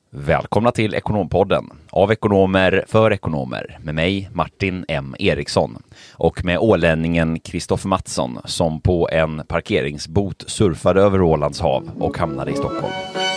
Välkomna till Ekonompodden. Av ekonomer för ekonomer. Med mig Martin M. Eriksson. Och med ålänningen Kristoffer Mattsson som på en parkeringsbot surfade över Ålands hav och hamnade i Stockholm.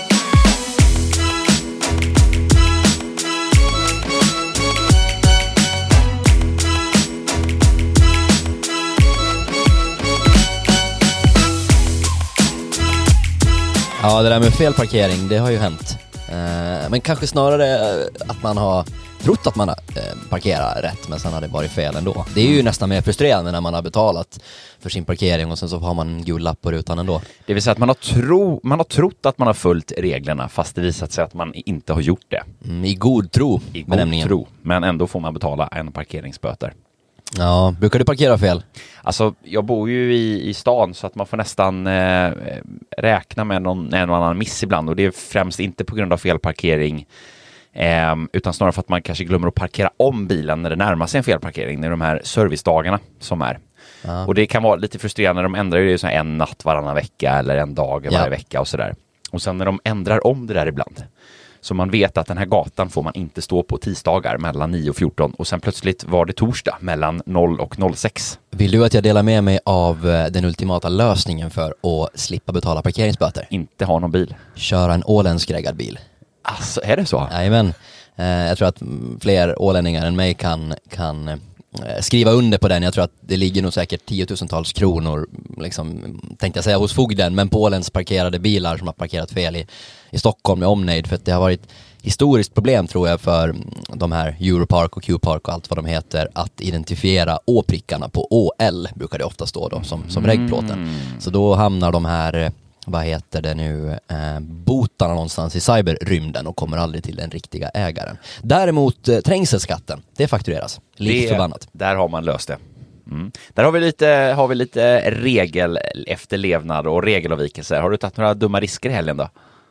Ja, det där med felparkering, det har ju hänt. Men kanske snarare att man har trott att man parkerar rätt, men sen har det varit fel ändå. Det är ju nästan mer frustrerande när man har betalat för sin parkering och sen så har man en gul lapp på rutan ändå. Det vill säga att man har trott att man har följt reglerna fast det visat sig att man inte har gjort det. I god tro. I god tro, men ändå får man betala en parkeringsböter. Ja, brukar du parkera fel? Alltså, jag bor ju i stan så att man får nästan räkna med en och annan miss ibland. Och det är främst inte på grund av felparkering utan snarare för att man kanske glömmer att parkera om bilen när det närmar sig en felparkering. När de här servicedagarna som är. Ja. Och det kan vara lite frustrerande när de ändrar ju så här en natt varannan vecka eller en dag varje vecka och sådär. Och sen när de ändrar om det där ibland. Så man vet att den här gatan får man inte stå på tisdagar mellan 9 och 14. Och sen plötsligt var det torsdag mellan 0 och 06. Vill du att jag delar med mig av den ultimata lösningen för att slippa betala parkeringsböter? Inte ha någon bil. Köra en åländsk reggad bil. Alltså, är det så? Jajamän. Jag tror att fler ålänningar än mig kan skriva under på den. Jag tror att det ligger nog säkert 10 000-tals kronor, liksom, tänkte jag säga, hos fogden, men på åländsk parkerade bilar som har parkerat fel i Stockholm med omnejd, för att det har varit historiskt problem, tror jag, för de här Europark och Q-park och allt vad de heter, att identifiera å-prickarna på ÅL, brukar det ofta stå då, som reggplåten. Så då hamnar de här, vad heter det nu, botarna någonstans i cyberrymden och kommer aldrig till den riktiga ägaren. Däremot trängselskatten, det faktureras. Lite förbannat. Där har man löst det. Där har vi lite regel efterlevnad och regelavvikelser. Har du tagit några dumma risker i helgen då?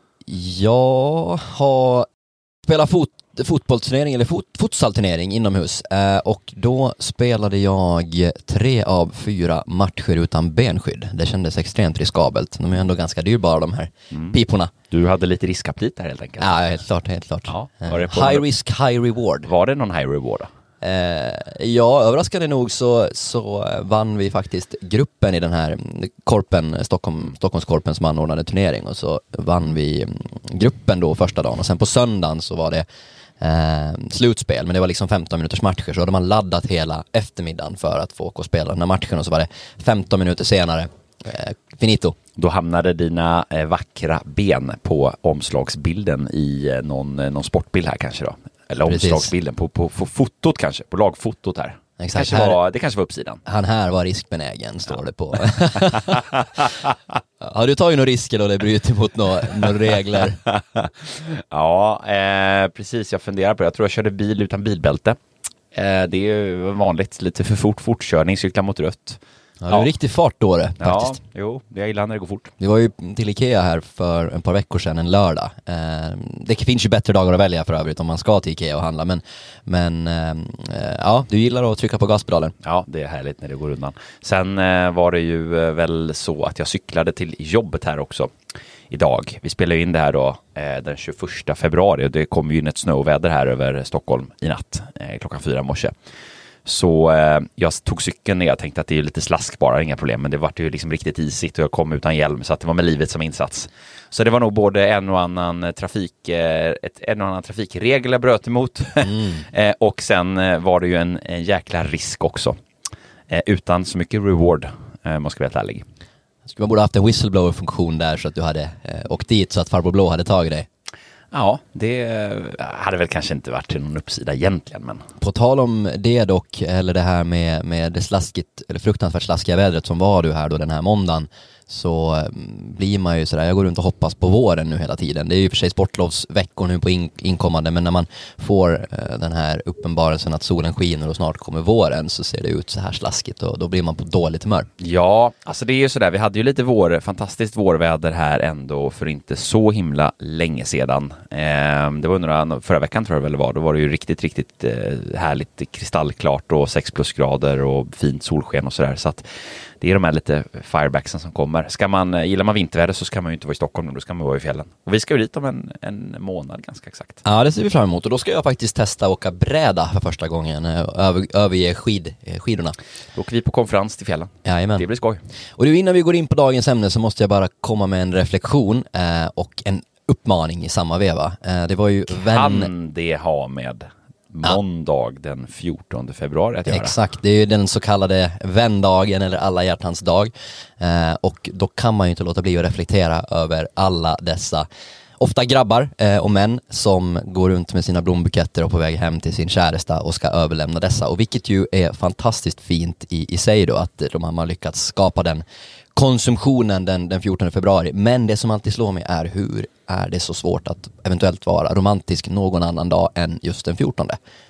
Jag har spelat fotbollsturnering eller futsalturnering inomhus och då spelade jag 3 av 4 matcher utan benskydd. Det kändes extremt riskabelt. De är ändå ganska dyrbara, de här piporna. Du hade lite riskaptit där helt enkelt. Ja, helt klart. Ja, high risk, high reward. Var det någon high reward då? Ja, överraskande nog så vann vi faktiskt gruppen i den här Stockholmskorpen som anordnade turnering, och så vann vi gruppen då första dagen, och sen på söndagen så var det slutspel, men det var liksom 15 minuters matcher, så hade man laddat hela eftermiddagen för att få åka och spela den här matchen, och så var det 15 minuter senare finito. Då hamnade dina vackra ben på omslagsbilden i någon sportbild här kanske då. Eller omslagsbilden på fotot kanske, på lagfotot här. Exakt. Det kanske var uppsidan. Han här var riskbenägen, står det på. Har du tagit några risker då det bryter mot några regler? Ja, precis. Jag funderar på det. Jag tror jag körde bil utan bilbälte. Det är ju vanligt. Lite för fortkörning, cykla mot rött. Ja, det är riktig fart då det, faktiskt. Ja, jo, jag gillar när det går fort. Vi var ju till Ikea här för ett par veckor sedan, en lördag. Det finns ju bättre dagar att välja för övrigt om man ska till Ikea och handla, men ja, du gillar att trycka på gaspedalen. Ja, det är härligt när det går undan. Sen var det ju väl så att jag cyklade till jobbet här också idag. Vi spelar ju in det här då den 21 februari, och det kommer ju in ett snöväder här över Stockholm i natt, klockan 4 i morse. Så jag tog cykeln ner. Jag tänkte att det är lite slask bara, inga problem. Men det var ju liksom riktigt isigt och jag kom utan hjälm. Så att det var med livet som insats. Så det var nog både en och annan trafikregel jag bröt emot. Och sen var det ju en jäkla risk också. Utan så mycket reward, måste jag vara helt ärlig. Man borde haft en whistleblower-funktion där så att du hade åkt dit så att farbror Blå hade tagit dig. Ja, det hade väl kanske inte varit till någon uppsida egentligen, men... På tal om det dock, eller det här med det fruktansvärt slaskiga vädret som var du här då den här måndagen, så blir man ju sådär, jag går runt och hoppas på våren nu hela tiden. Det är ju för sig sportlovsveckor nu på inkommande, men när man får den här uppenbarelsen att solen skiner och snart kommer våren, så ser det ut så här slaskigt och då blir man på dåligt humör. Ja, alltså det är ju sådär, vi hade ju lite fantastiskt vårväder här ändå för inte så himla länge sedan. Det var förra veckan tror jag väl det var, då var det ju riktigt härligt kristallklart och 6 plusgrader och fint solsken och sådär, så att det är de här lite firebacksen som kommer sommar. Gillar man vinterväder så ska man ju inte vara i Stockholm nu, då ska man vara i fjällen. Och vi ska ju dit om en månad ganska exakt. Ja, det ser vi fram emot och då ska jag faktiskt testa att åka bräda för första gången, överge skidorna. Då åker vi på konferens till fjällen. Jajamän. Det blir skoj. Och nu innan vi går in på dagens ämne så måste jag bara komma med en reflektion och en uppmaning i samma veva. Det var ju Kan det ha med måndag den 14 februari att göra? Exakt, det är ju den så kallade vändagen eller alla hjärtans dag. Och då kan man ju inte låta bli att reflektera över alla dessa ofta grabbar och män som går runt med sina blombuketter och på väg hem till sin käresta och ska överlämna dessa. Och vilket ju är fantastiskt fint i sig då, att de har lyckats skapa den konsumtionen den 14 februari. Men det som alltid slår mig är hur är det så svårt att eventuellt vara romantisk någon annan dag än just den 14.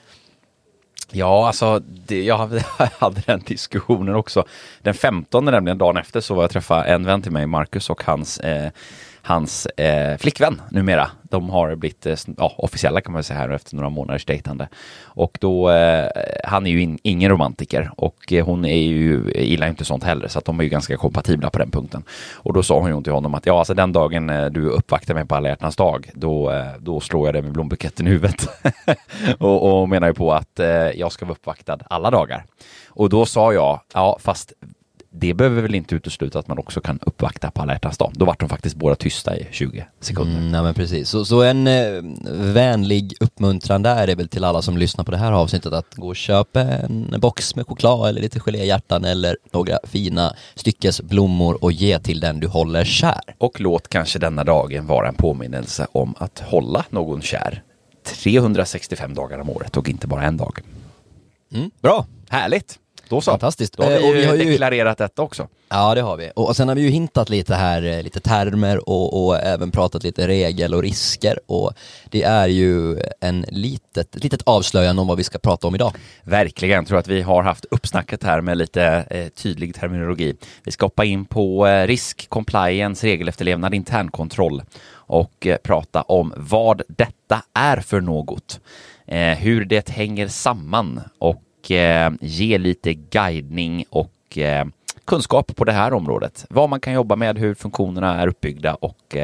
Ja, alltså jag hade den diskussionen också. Den 15, nämligen dagen efter, så var jag träffa en vän till mig, Marcus, och hans flickvän numera. De har blivit officiella kan man säga här efter några månaders dejtande. Och då, han är ju ingen romantiker och hon är ju gillar inte sånt heller, så att de är ju ganska kompatibla på den punkten. Och då sa hon ju till honom att alltså den dagen du uppvaktar mig på alla hjärtans dag, då slår jag dig med blombuketten i huvudet. och menar ju på att jag ska vara uppvaktad alla dagar. Och då sa jag, fast det behöver väl inte utesluta att man också kan uppvakta på alla hjärtans dag. Då var de faktiskt båda tysta i 20 sekunder. Nej men precis. Så en vänlig uppmuntran där är väl till alla som lyssnar på det här avsnittet att gå och köpa en box med choklad eller lite geléhjärtan eller några fina styckes blommor och ge till den du håller kär. Och låt kanske denna dagen vara en påminnelse om att hålla någon kär 365 dagar om året och inte bara en dag. Bra. Härligt. Då så. Fantastiskt. Då har vi ju deklarerat detta också. Ja, det har vi. Och sen har vi ju hintat lite här, lite termer och även pratat lite regel och risker. Och det är ju litet avslöjande om vad vi ska prata om idag. Verkligen. Jag tror att vi har haft uppsnacket här med lite tydlig terminologi. Vi ska hoppa in på risk, compliance, regelefterlevnad, internkontroll och prata om vad detta är för något. Hur det hänger samman och ge lite guidning och kunskap på det här området. Vad man kan jobba med, hur funktionerna är uppbyggda och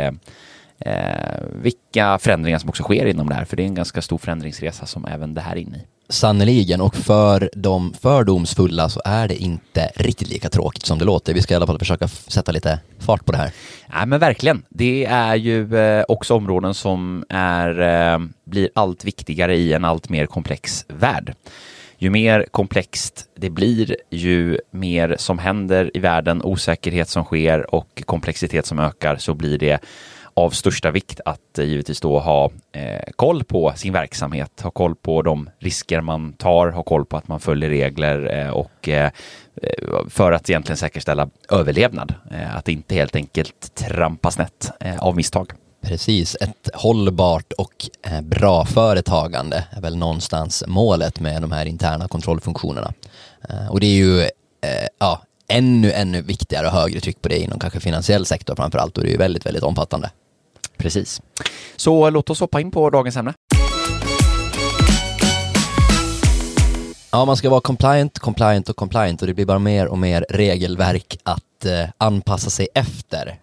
vilka förändringar som också sker inom det här. För det är en ganska stor förändringsresa som även det här är inne i. Sannoliken, och för de fördomsfulla så är det inte riktigt lika tråkigt som det låter. Vi ska i alla fall försöka sätta lite fart på det här. Ja, men verkligen. Det är ju också områden som blir allt viktigare i en allt mer komplex värld. Ju mer komplext det blir, ju mer som händer i världen, osäkerhet som sker och komplexitet som ökar, så blir det av största vikt att givetvis då ha koll på sin verksamhet, ha koll på de risker man tar, ha koll på att man följer regler och för att egentligen säkerställa överlevnad. Att inte helt enkelt trampa snett av misstag. Precis, ett hållbart och bra företagande är väl någonstans målet med de här interna kontrollfunktionerna. Och det är ju ännu viktigare och högre tryck på det inom kanske finansiell sektor framförallt, och det är ju väldigt, väldigt omfattande. Precis. Så låt oss hoppa in på dagens ämne. Ja, man ska vara compliant och det blir bara mer och mer regelverk att anpassa sig efter.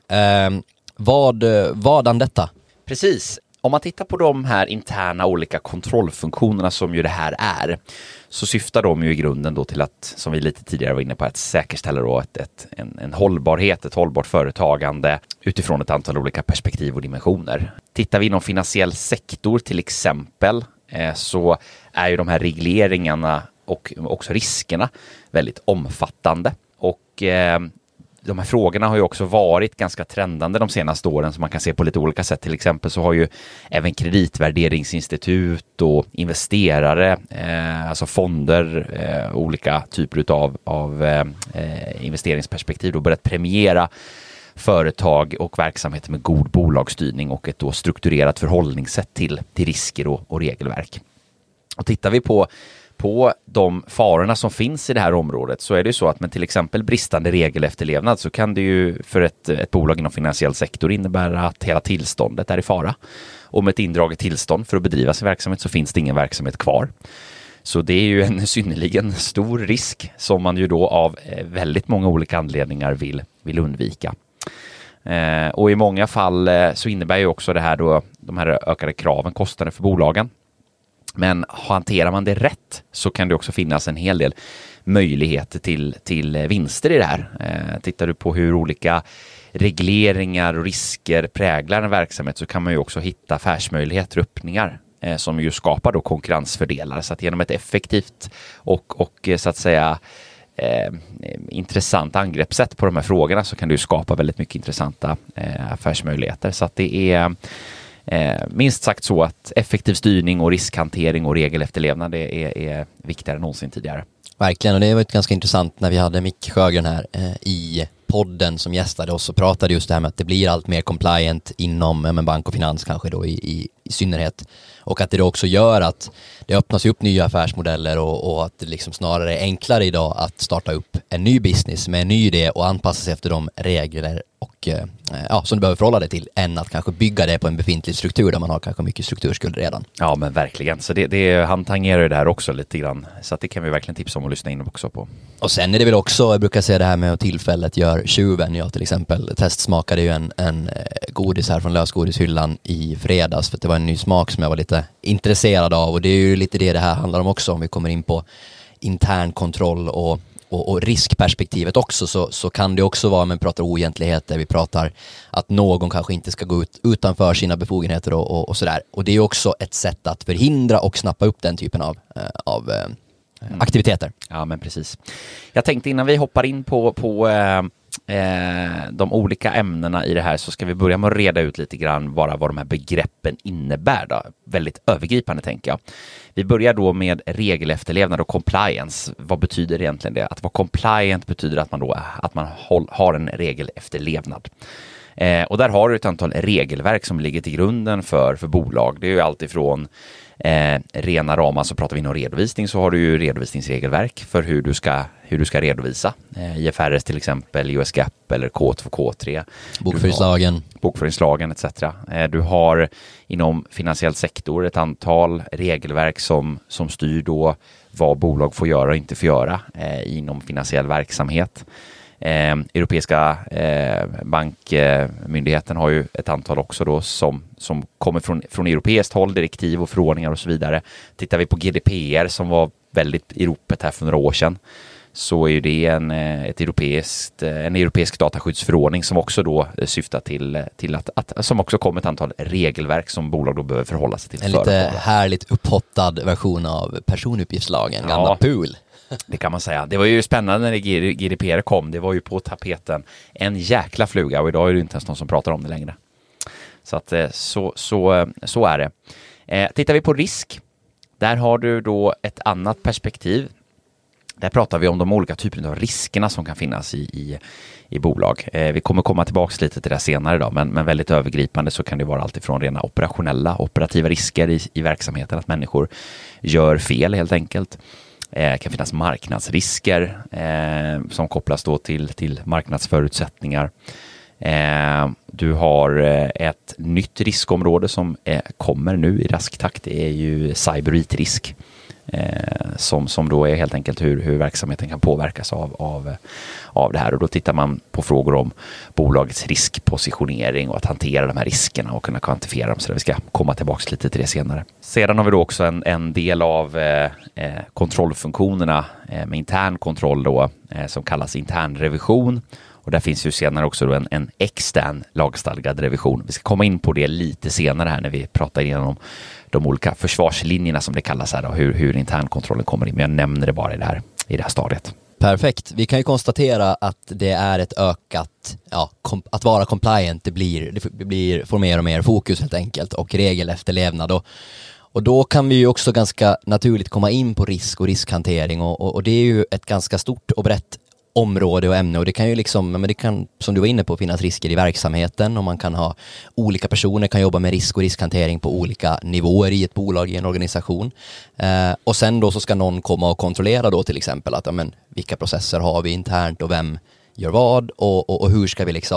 Vadan detta? Precis. Om man tittar på de här interna olika kontrollfunktionerna som ju det här är, så syftar de ju i grunden då till att, som vi lite tidigare var inne på, att säkerställa då en hållbarhet, ett hållbart företagande utifrån ett antal olika perspektiv och dimensioner. Tittar vi inom finansiell sektor till exempel, så är ju de här regleringarna och också riskerna väldigt omfattande. Och de här frågorna har ju också varit ganska trendande de senaste åren, som man kan se på lite olika sätt. Till exempel så har ju även kreditvärderingsinstitut och investerare, alltså fonder, olika typer av investeringsperspektiv då börjat premiera företag och verksamheter med god bolagsstyrning och ett då strukturerat förhållningssätt till risker och regelverk. Och tittar vi på de farorna som finns i det här området, så är det ju så att med till exempel bristande regelefterlevnad så kan det ju för ett bolag inom finansiell sektor innebära att hela tillståndet är i fara. Och med ett indraget tillstånd för att bedriva sin verksamhet så finns det ingen verksamhet kvar. Så det är ju en synnerligen stor risk som man ju då av väldigt många olika anledningar vill undvika. Och i många fall så innebär ju också det här då, de här ökade kraven, kostnader för bolagen. Men hanterar man det rätt så kan det också finnas en hel del möjligheter till vinster i det här. Tittar du på hur olika regleringar och risker präglar en verksamhet så kan man ju också hitta affärsmöjligheter och öppningar som ju skapar då konkurrensfördelar. Så att genom ett effektivt och så att säga intressant angreppssätt på de här frågorna så kan du skapa väldigt mycket intressanta affärsmöjligheter. Så att det är minst sagt så att effektiv styrning och riskhantering och regelefterlevnad är viktigare än någonsin tidigare. Verkligen, och det var ett ganska intressant när vi hade Micke Sjögren här i podden som gästade oss och pratade just det här med att det blir allt mer compliant inom bank och finans kanske då i synnerhet. Och att det då också gör att det öppnas upp nya affärsmodeller och att det liksom snarare är enklare idag att starta upp en ny business med en ny idé och anpassa sig efter de regler och som du behöver förhålla dig till än att kanske bygga det på en befintlig struktur där man har kanske mycket strukturskuld redan. Ja, men verkligen. Så han tangerar ju det här också lite grann. Så att det kan vi verkligen tipsa om att lyssna in också på. Och sen är det väl också, jag brukar säga det här med att tillfället gör tjuven. Jag till exempel testsmakade ju en godis här från lösgodishyllan i fredags för att det var en ny smak som jag var lite intresserad av och det är ju lite det här handlar om också om vi kommer in på intern kontroll och riskperspektivet också så kan det också vara, men vi pratar oegentligheter, vi pratar att någon kanske inte ska gå ut utanför sina befogenheter och sådär. Och det är också ett sätt att förhindra och snappa upp den typen av aktiviteter. Ja, men precis. Jag tänkte innan vi hoppar in på de olika ämnena i det här så ska vi börja med att reda ut lite grann vad de här begreppen innebär då. Väldigt övergripande tänker jag. Vi börjar då med regelefterlevnad och compliance. Vad betyder egentligen det? Att vara compliant betyder att man har en regelefterlevnad. Och där har du ett antal regelverk som ligger till grunden för bolag. Det är ju alltifrån rena ramar, så pratar vi inom redovisning så har du ju redovisningsregelverk för hur du ska redovisa. IFRS till exempel, US GAAP eller K2, K3. Bokföringslagen etc. Du har inom finansiell sektor ett antal regelverk som styr då vad bolag får göra och inte får göra inom finansiell verksamhet. Europeiska bankmyndigheten har ju ett antal också då som kommer från europeiskt håll, direktiv och förordningar och så vidare. Tittar vi på GDPR som var väldigt i ropet här för några år sedan så är ju det en europeisk dataskyddsförordning som också då syftar till att som också kommer ett antal regelverk som bolag då behöver förhålla sig till. En lite härligt upphottad version av personuppgiftslagen, gamla pool. Det kan man säga. Det var ju spännande när GDPR kom. Det var ju på tapeten en jäkla fluga och idag är det inte ens någon som pratar om det längre. Så att så är det. Tittar vi på risk, där har du då ett annat perspektiv. Där pratar vi om de olika typerna av riskerna som kan finnas i bolag. Vi kommer komma tillbaka lite till det senare idag, men väldigt övergripande så kan det vara allt ifrån rena operativa risker i verksamheten, att människor gör fel helt enkelt. Kan finnas marknadsrisker som kopplas då till marknadsförutsättningar. Du har ett nytt riskområde som kommer nu i rask takt. Det är ju cyber-risk som då är helt enkelt hur verksamheten kan påverkas av det här. Och då tittar man på frågor om bolagets riskpositionering och att hantera de här riskerna och kunna kvantifiera dem. Så vi ska komma tillbaka lite till det senare. Sedan har vi då också en del av kontrollfunktionerna med intern kontroll då, som kallas intern revision. Och där finns ju senare också då en extern lagstadgad revision. Vi ska komma in på det lite senare här när vi pratar igenom de olika försvarslinjerna som det kallas här då, hur internkontrollen kommer in. Men jag nämner det bara i det här stadiet. Perfekt. Vi kan ju konstatera att det är ett ökat, att vara compliant, det får mer och mer fokus helt enkelt och regelefterlevnad. Och då kan vi ju också ganska naturligt komma in på risk och riskhantering och det är ju ett ganska stort och brett område och ämne och det kan ju det kan, som du var inne på, finnas risker i verksamheten och man kan ha olika personer kan jobba med risk och riskhantering på olika nivåer i ett bolag, i en organisation. Och sen då så ska någon komma och kontrollera då till exempel att vilka processer har vi internt och vem gör vad och hur ska vi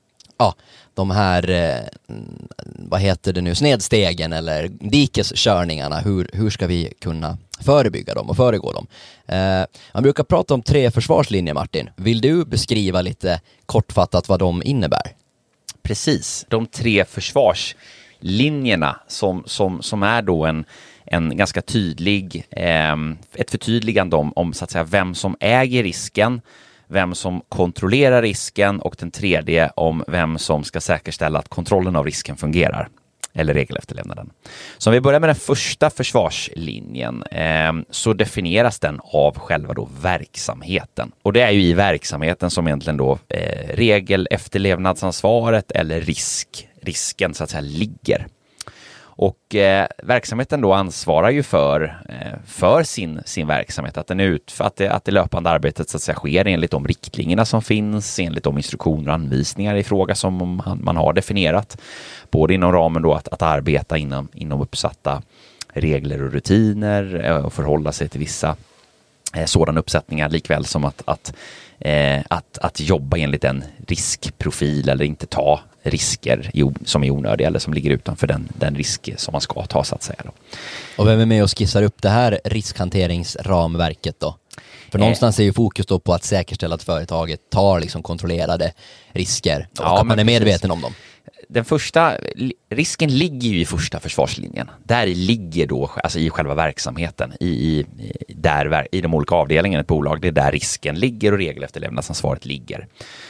de här, vad heter det nu, snedstegen eller dikeskörningarna, hur ska vi kunna förebygga dem och föregå dem. Man brukar prata om 3 försvarslinjer, Martin. Vill du beskriva lite kortfattat vad de innebär? Precis, de 3 försvarslinjerna som är då en ganska tydlig, ett förtydligande om så att säga vem som äger risken, vem som kontrollerar risken och den tredje om vem som ska säkerställa att kontrollen av risken fungerar eller regelefterlevnaden. Så om vi börjar med den första försvarslinjen så definieras den av själva då verksamheten. Och det är ju i verksamheten som egentligen då regelefterlevnadsansvaret eller risken så att säga ligger. Och verksamheten då ansvarar ju för sin verksamhet, att att det löpande arbetet så att säga sker enligt de riktlinjerna som finns, enligt de instruktioner och anvisningar i fråga som man har definierat, både inom ramen då att arbeta inom uppsatta regler och rutiner och förhålla sig till vissa sådana uppsättningar, likväl som att jobba enligt en riskprofil eller inte ta risker som är onödiga eller som ligger utanför den risk som man ska ta så att säga. Då. Och vem är med och skissar upp det här riskhanteringsramverket då? För någonstans är ju fokus då på att säkerställa att företaget tar liksom kontrollerade risker och att man är medveten om dem. Den första risken ligger ju i första försvarslinjen. Där ligger då, alltså i själva verksamheten, i de olika avdelningarna i ett bolag, det är där risken ligger och regelefterlevnadsansvaret ligger.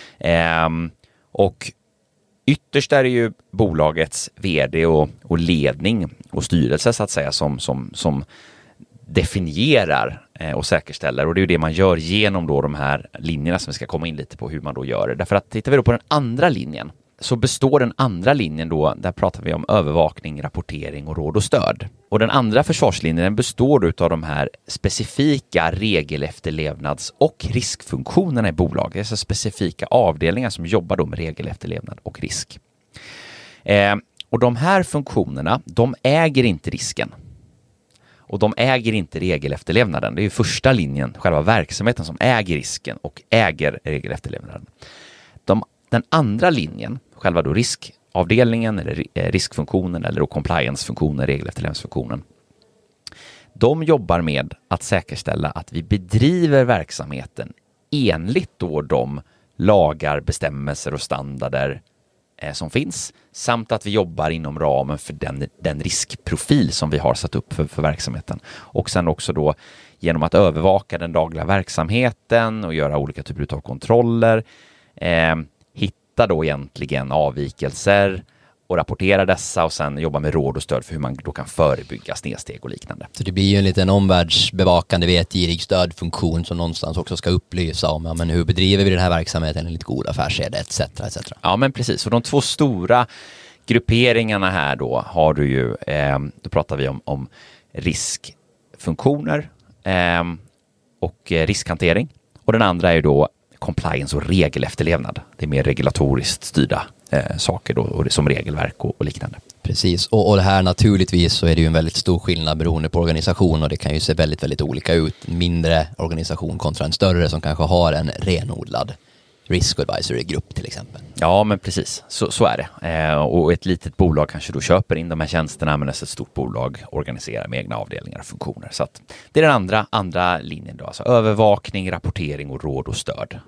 Och ytterst är det ju bolagets vd och ledning och styrelse så att säga som definierar och säkerställer, och det är ju det man gör genom då de här linjerna som vi ska komma in lite på hur man då gör det. Därför att tittar vi då på den andra linjen, så består den andra linjen då, där pratar vi om övervakning, rapportering och råd och stöd. Och den andra försvarslinjen består då av de här specifika regelefterlevnads- och riskfunktionerna i bolaget, alltså specifika avdelningar som jobbar då med regelefterlevnad och risk. Och de här funktionerna, de äger inte risken. Och de äger inte regelefterlevnaden. Det är ju första linjen, själva verksamheten, som äger risken och äger regelefterlevnaden. Den andra linjen, själva då riskavdelningen eller riskfunktionen eller då compliance-funktionen, regelefterlevnadsfunktionen, de jobbar med att säkerställa att vi bedriver verksamheten enligt då de lagar, bestämmelser och standarder som finns, samt att vi jobbar inom ramen för den riskprofil som vi har satt upp för verksamheten. Och sen också då genom att övervaka den dagliga verksamheten och göra olika typer av kontroller, hitta då egentligen avvikelser och rapportera dessa och sen jobba med råd och stöd för hur man då kan förebygga snedsteg och liknande. Så det blir ju en liten omvärldsbevakande vetgirig stödfunktion som någonstans också ska upplysa om men hur bedriver vi den här verksamheten enligt goda affärsseder etc. etc. Ja men precis, och de 2 stora grupperingarna här då har du ju, då pratar vi om riskfunktioner och riskhantering, och den andra är ju då compliance och regelefterlevnad. Det är mer regulatoriskt styrda saker då, och det som regelverk och liknande. Precis, och det här naturligtvis så är det ju en väldigt stor skillnad beroende på organisation, och det kan ju se väldigt, väldigt olika ut. En mindre organisation kontra en större som kanske har en renodlad risk advisory-grupp till exempel. Ja, men precis. Så är det. Och ett litet bolag kanske då köper in de här tjänsterna, men ett stort bolag organiserar med egna avdelningar och funktioner. Så att det är den andra linjen då, alltså övervakning, rapportering och råd och stöd.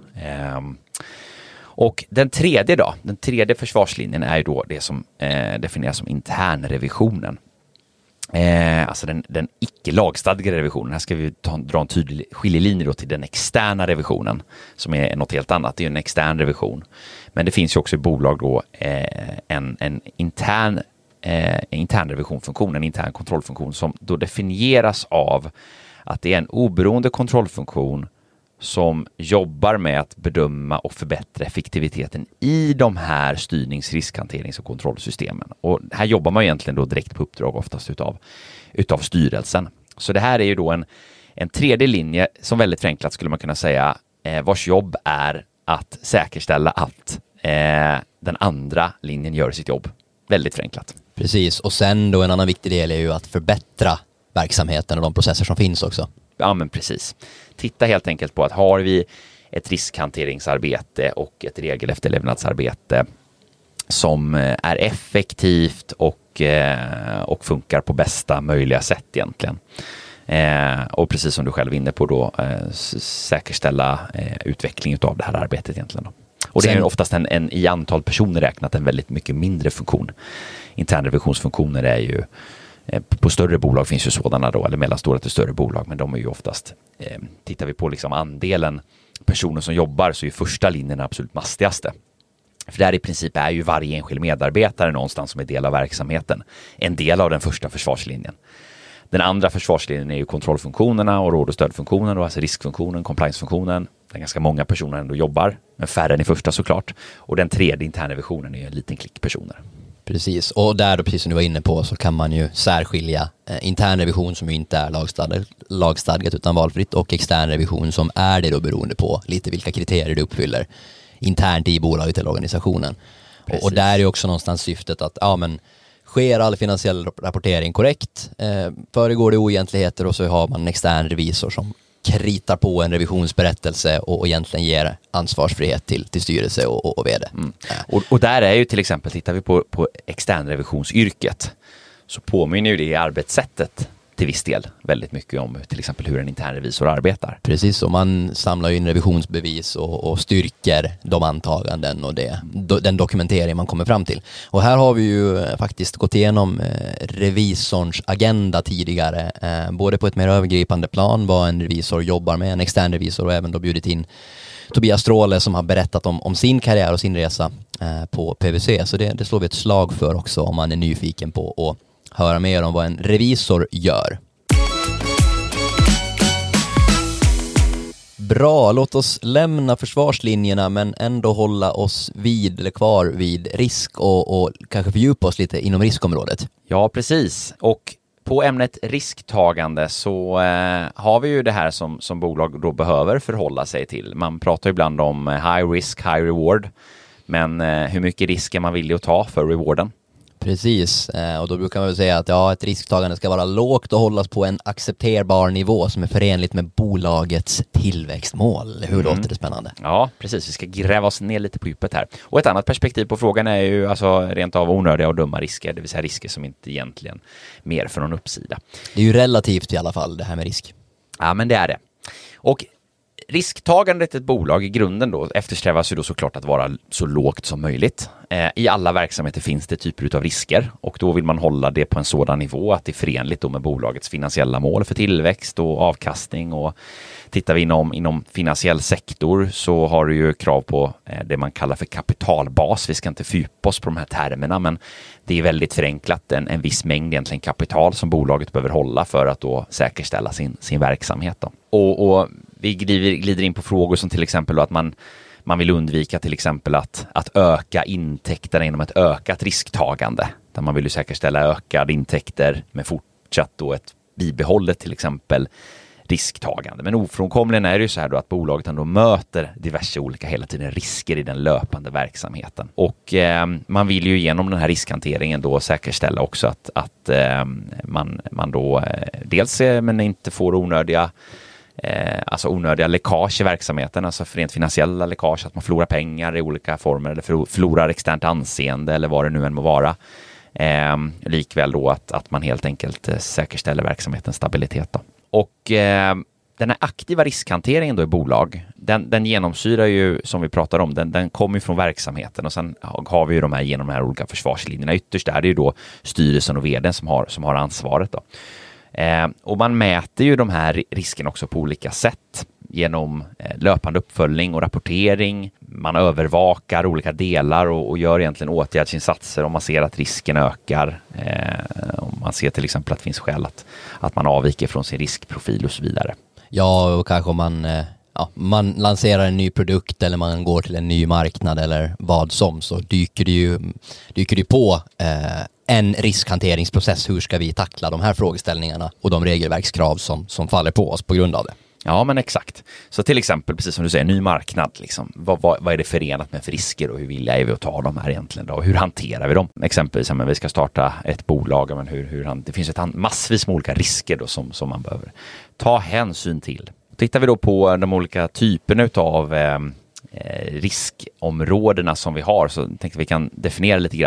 Och den tredje försvarslinjen är ju då det som definieras som internrevisionen. Alltså den icke lagstadgade revisionen. Här ska vi dra en tydlig skiljelinje då till den externa revisionen som är något helt annat. Det är ju en extern revision. Men det finns ju också i bolag då en intern revisionfunktion, en intern kontrollfunktion som då definieras av att det är en oberoende kontrollfunktion som jobbar med att bedöma och förbättra effektiviteten i de här styrnings-, riskhanterings- och kontrollsystemen. Och här jobbar man egentligen då direkt på uppdrag oftast utav styrelsen. Så det här är ju då en tredje linje som väldigt förenklat skulle man kunna säga vars jobb är att säkerställa att den andra linjen gör sitt jobb. Väldigt förenklat. Precis, och sen då en annan viktig del är ju att förbättra verksamheten och de processer som finns också. Ja men precis. Titta helt enkelt på att har vi ett riskhanteringsarbete och ett regelefterlevnadsarbete som är effektivt och funkar på bästa möjliga sätt egentligen. Och precis som du själv är inne på då, säkerställa utveckling av det här arbetet egentligen då. Och det är oftast en i antal personer räknat en väldigt mycket mindre funktion. Internrevisionsfunktioner är ju på större bolag finns ju sådana då, eller mellanstora till större bolag, men de är ju oftast, tittar vi på liksom andelen personer som jobbar, så är ju första linjen den absolut mastigaste. För där i princip är ju varje enskild medarbetare någonstans som är del av verksamheten. En del av den första försvarslinjen. Den andra försvarslinjen är ju kontrollfunktionerna och råd- och stödfunktionen, då, alltså riskfunktionen, compliancefunktionen. Där ganska många personer ändå jobbar, men färre än i första såklart. Och den tredje internrevisionen är ju en liten klick personer. Precis, och där då, precis som du var inne på, så kan man ju särskilja internrevision som ju inte är lagstadgat utan valfritt, och externrevision som är det då beroende på lite vilka kriterier det uppfyller internt i bolaget eller organisationen. Och där är också någonstans syftet att sker all finansiell rapportering korrekt, föregår det oegentligheter, och så har man en extern revisor som kritar på en revisionsberättelse och egentligen ger ansvarsfrihet till styrelse och vd. Och där är ju till exempel, tittar vi på externrevisionsyrket, så påminner ju det arbetssättet till viss del väldigt mycket om till exempel hur en internrevisor arbetar. Precis, och man samlar ju in revisionsbevis och styrker de antaganden och den dokumentering man kommer fram till. Och här har vi ju faktiskt gått igenom revisorns agenda tidigare, både på ett mer övergripande plan, vad en revisor jobbar med, en extern revisor, och även då bjudit in Tobias Stråle som har berättat om sin karriär och sin resa på PwC. Så det slår vi ett slag för också om man är nyfiken på att höra mer om vad en revisor gör. Bra, låt oss lämna försvarslinjerna men ändå hålla oss kvar vid risk och kanske fördjupa oss lite inom riskområdet. Ja, precis. Och på ämnet risktagande så har vi ju det här som bolag då behöver förhålla sig till. Man pratar ibland om high risk, high reward. Men hur mycket risk är man villig att ta för rewarden? Precis, och då brukar man väl säga att ett risktagande ska vara lågt och hållas på en accepterbar nivå som är förenligt med bolagets tillväxtmål. Hur låter det spännande? Ja, precis. Vi ska gräva oss ner lite på djupet här. Och ett annat perspektiv på frågan är ju alltså rent av onödiga och dumma risker, det vill säga risker som inte egentligen mer för någon uppsida. Det är ju relativt i alla fall det här med risk. Ja, men det är det. Och risktagandet i ett bolag i grunden då eftersträvas ju då såklart att vara så lågt som möjligt. I alla verksamheter finns det typer av risker och då vill man hålla det på en sådan nivå att det är förenligt då med bolagets finansiella mål för tillväxt och avkastning. Och tittar vi inom finansiell sektor så har du ju krav på det man kallar för kapitalbas. Vi ska inte fördjupa oss på de här termerna, men det är väldigt förenklat en viss mängd egentligen kapital som bolaget behöver hålla för att då säkerställa sin verksamhet då. Och vi glider in på frågor som till exempel då att man vill undvika till exempel att öka intäkterna genom ett ökat risktagande. Där man vill ju säkerställa ökade intäkter med fortsatt då ett bibehållet till exempel risktagande. Men ofrånkomligen är det ju så här då att bolaget ändå möter diverse olika hela tiden risker i den löpande verksamheten. Och man vill ju genom den här riskhanteringen då säkerställa också att man då dels men inte får onödiga läckage i verksamheten, alltså för rent finansiella läckage, att man förlorar pengar i olika former eller förlorar externt anseende eller vad det nu än må vara. Likväl då att man helt enkelt säkerställer verksamhetens stabilitet då. Och den här aktiva riskhanteringen då i bolag, den genomsyrar ju, som vi pratar om, den kommer ju från verksamheten och sen har vi ju genom de här olika försvarslinjerna. Ytterst är det ju då styrelsen och vdn som har ansvaret då. Och man mäter ju de här riskerna också på olika sätt genom löpande uppföljning och rapportering. Man övervakar olika delar och gör egentligen åtgärdsinsatser om man ser att risken ökar. Om man ser till exempel att det finns skäl att man avviker från sin riskprofil och så vidare. Ja, och kanske man lanserar en ny produkt eller man går till en ny marknad eller vad som, så dyker det ju på en riskhanteringsprocess. Hur ska vi tackla de här frågeställningarna och de regelverkskrav som faller på oss på grund av det? Ja, men exakt. Så till exempel, precis som du säger, ny marknad. Liksom. Vad är det förenat med för risker och hur villiga är vi att ta de här egentligen då? Och hur hanterar vi dem? Exempelvis, vi ska starta ett bolag, men det finns massvis med olika risker då som man behöver ta hänsyn till. Tittar vi då på de olika typerna av riskområdena som vi har, så tänkte vi kan definiera lite grann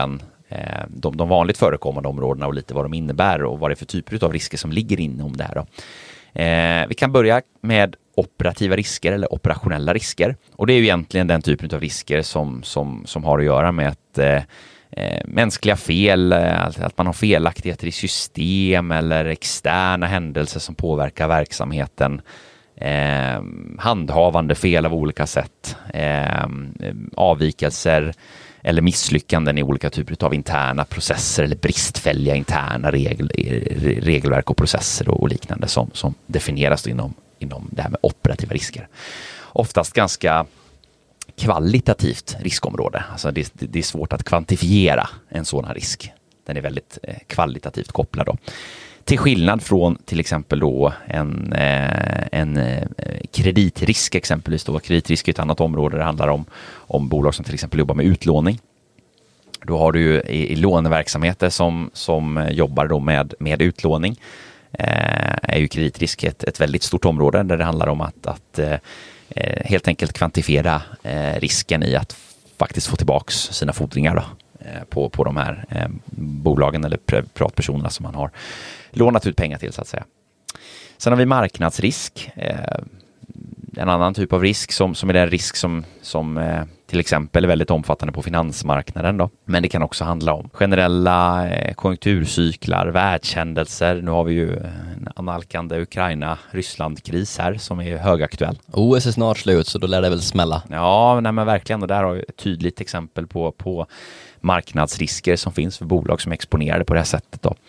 de vanligt förekommande områdena och lite vad de innebär och vad det är för typer av risker som ligger inom det här då. Vi kan börja med operativa risker eller operationella risker. Och det är ju egentligen den typen av risker som har att göra med att mänskliga fel, att man har felaktigheter i system eller externa händelser som påverkar verksamheten. Handhavande fel av olika sätt. Avvikelser eller misslyckanden i olika typer av interna processer eller bristfälliga interna regelverk och processer och liknande som definieras inom det här med operativa risker. Oftast ganska kvalitativt riskområde. Alltså det är svårt att kvantifiera en sådan risk. Den är väldigt kvalitativt kopplad då. Till skillnad från till exempel då en kreditrisk exempelvis då. Kreditrisk är ett annat område. Det handlar om bolag som till exempel jobbar med utlåning. Då har du ju i låneverksamheter som jobbar då med utlåning. Är ju kreditrisk ett väldigt stort område där det handlar om att helt enkelt kvantifiera risken i att faktiskt få tillbaks sina fordringar då, på de här bolagen eller privatpersonerna som man har lånat ut pengar till så att säga. Sen har vi marknadsrisk. En annan typ av risk som är den risk som till exempel är väldigt omfattande på finansmarknaden då. Men det kan också handla om generella konjunkturcyklar, världshändelser. Nu har vi ju en analkande Ukraina-Ryssland-kris här som är högaktuell. OS är snart slut så då lär det väl smälla. Ja, nej, men verkligen. Och där har vi ett tydligt exempel på marknadsrisker som finns för bolag som är exponerade på det här sättet då.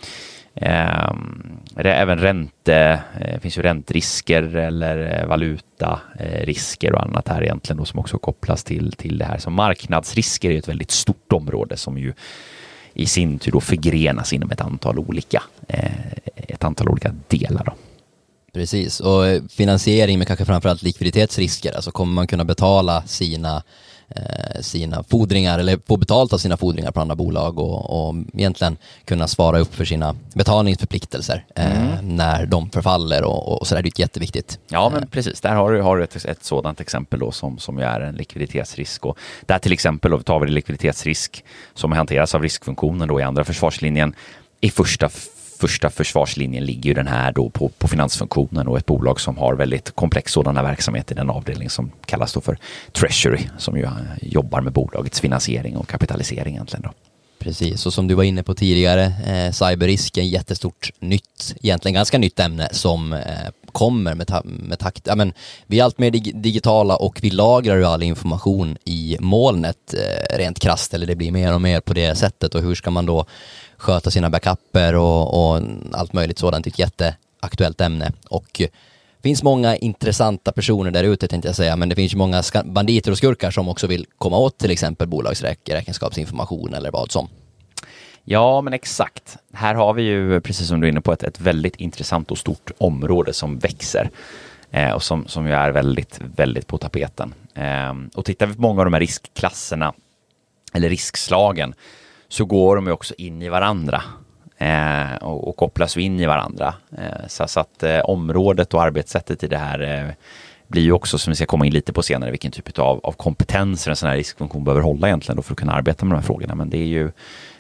Även finns ju ränterisker eller valutarisker och annat här egentligen då som också kopplas till det här. Så marknadsrisker är ett väldigt stort område som ju i sin tur då förgrenas inom ett antal olika delar då. Precis, och finansiering med kanske framförallt likviditetsrisker, alltså kommer man kunna betala sina fordringar eller få betalt av sina fordringar på andra bolag och egentligen kunna svara upp för sina betalningsförpliktelser när de förfaller och så där. Det är jätteviktigt. Ja, men precis. Där har du ett sådant exempel då som ju är en likviditetsrisk och där till exempel då tar vi likviditetsrisk som hanteras av riskfunktionen då i andra försvarslinjen. I första försvarslinjen ligger ju den här då på finansfunktionen och ett bolag som har väldigt komplex sådana verksamhet i den avdelning som kallas då för Treasury som ju jobbar med bolagets finansiering och kapitalisering egentligen då. Precis, och som du var inne på tidigare, cyberrisk är ett jättestort egentligen ganska nytt ämne som kommer med takt. Ja, men vi är allt mer digitala och vi lagrar ju all information i molnet rent krasst, eller det blir mer och mer på det sättet. Och hur ska man då sköta sina backuper och allt möjligt sådant. Ett jätteaktuellt ämne. Och det finns många intressanta personer där ute tänkte jag säga, men det finns ju många banditer och skurkar som också vill komma åt till exempel bolagsräkenskapsinformation eller vad som. Ja, men exakt. Här har vi ju, precis som du är inne på, ett väldigt intressant och stort område som växer och som ju är väldigt, väldigt på tapeten. Och tittar vi på många av de här riskklasserna eller riskslagen så går de ju också in i varandra och kopplas in i varandra. Så att området och arbetssättet i det här blir ju också, som vi ska komma in lite på senare, vilken typ av kompetenser en sån här riskfunktion behöver hålla egentligen då för att kunna arbeta med de här frågorna. Men det är ju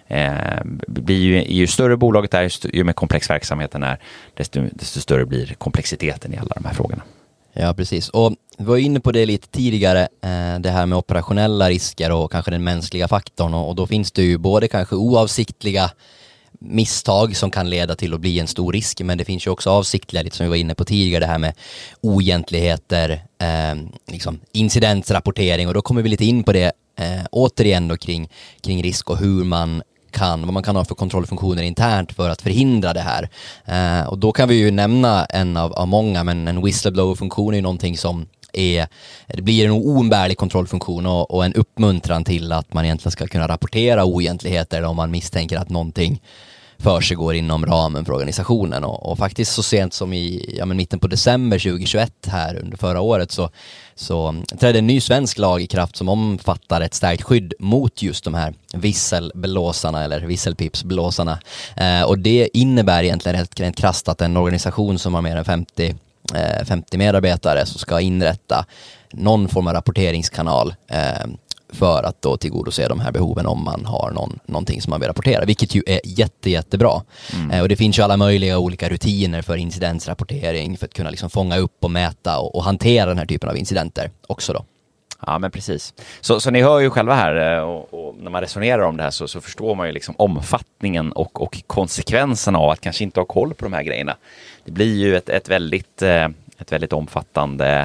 ju större bolaget är, ju mer komplex verksamheten är, desto större blir komplexiteten i alla de här frågorna. Ja, precis. Och vi var inne på det lite tidigare, det här med operationella risker och kanske den mänskliga faktorn. Och då finns det ju både kanske oavsiktliga misstag som kan leda till att bli en stor risk, men det finns ju också avsiktliga, lite som vi var inne på tidigare, det här med oegentligheter, liksom incidentrapportering. Och då kommer vi lite in på det återigen då kring risk och hur vad man kan ha för kontrollfunktioner internt för att förhindra det här. Och då kan vi ju nämna en av många, men en whistleblower-funktion är ju någonting som det blir en oumbärlig kontrollfunktion och en uppmuntran till att man egentligen ska kunna rapportera oegentligheter om man misstänker att någonting försiggår inom ramen för organisationen. Och faktiskt så sent som i mitten på december 2021 här under förra året så trädde en ny svensk lag i kraft som omfattar ett starkt skydd mot just de här visselblåsarna eller visselpipsblåsarna. Och det innebär egentligen rent krasst att en organisation som har mer än 50 medarbetare så ska inrätta någon form av rapporteringskanal för att då tillgodose de här behoven om man har någonting som man vill rapportera, vilket ju är jättebra. Och det finns ju alla möjliga olika rutiner för incidentsrapportering för att kunna liksom fånga upp och mäta och hantera den här typen av incidenter också då. Ja, men precis. Så ni hör ju själva här och när man resonerar om det här så förstår man ju liksom omfattningen och konsekvenserna av att kanske inte ha koll på de här grejerna. Det blir ju ett väldigt omfattande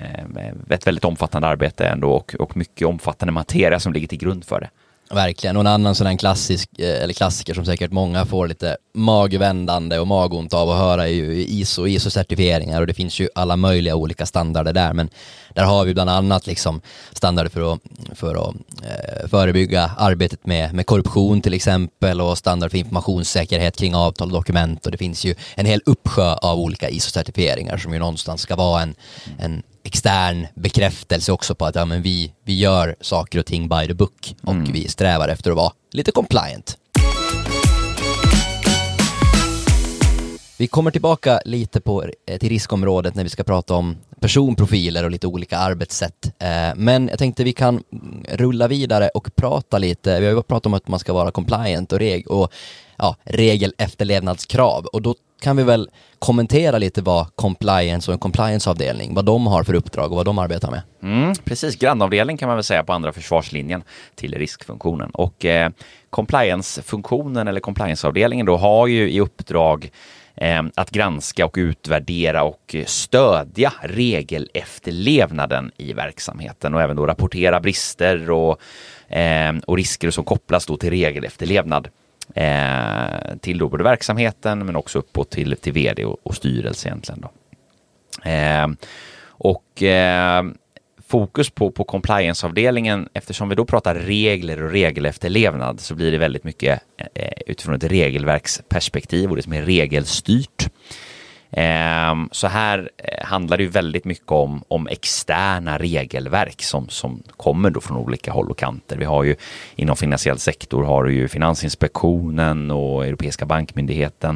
arbete ändå och mycket omfattande materia som ligger till grund för det. Verkligen, och en annan sån här klassiker som säkert många får lite magvändande och magont av att höra är ju ISO-certifieringar, och det finns ju alla möjliga olika standarder där, men där har vi bland annat liksom standarder för att förebygga arbetet med korruption till exempel, och standard för informationssäkerhet kring avtal och dokument, och det finns ju en hel uppsjö av olika ISO-certifieringar som ju någonstans ska vara en extern bekräftelse också på att ja, men vi gör saker och ting by the book och vi strävar efter att vara lite compliant. Vi kommer tillbaka lite till riskområdet när vi ska prata om personprofiler och lite olika arbetssätt. Men jag tänkte vi kan rulla vidare och prata lite. Vi har ju pratat om att man ska vara compliant och regelefterlevnadskrav. Och då kan vi väl kommentera lite vad compliance och en compliance-avdelning, vad de har för uppdrag och vad de arbetar med. Precis, grannavdelning kan man väl säga på andra försvarslinjen till riskfunktionen. Och compliance-funktionen eller compliance-avdelningen då har ju i uppdrag att granska och utvärdera och stödja regelefterlevnaden i verksamheten och även då rapportera brister och risker som kopplas då till regelefterlevnad till då både verksamheten men också uppåt till vd och styrelse egentligen då. Fokus på compliance-avdelningen, eftersom vi då pratar regler och regelefterlevnad, så blir det väldigt mycket utifrån ett regelverksperspektiv och det som är regelstyrt. Så här handlar det ju väldigt mycket om externa regelverk som kommer då från olika håll och kanter. Vi har ju inom finansiell sektor har du ju Finansinspektionen och Europeiska bankmyndigheten.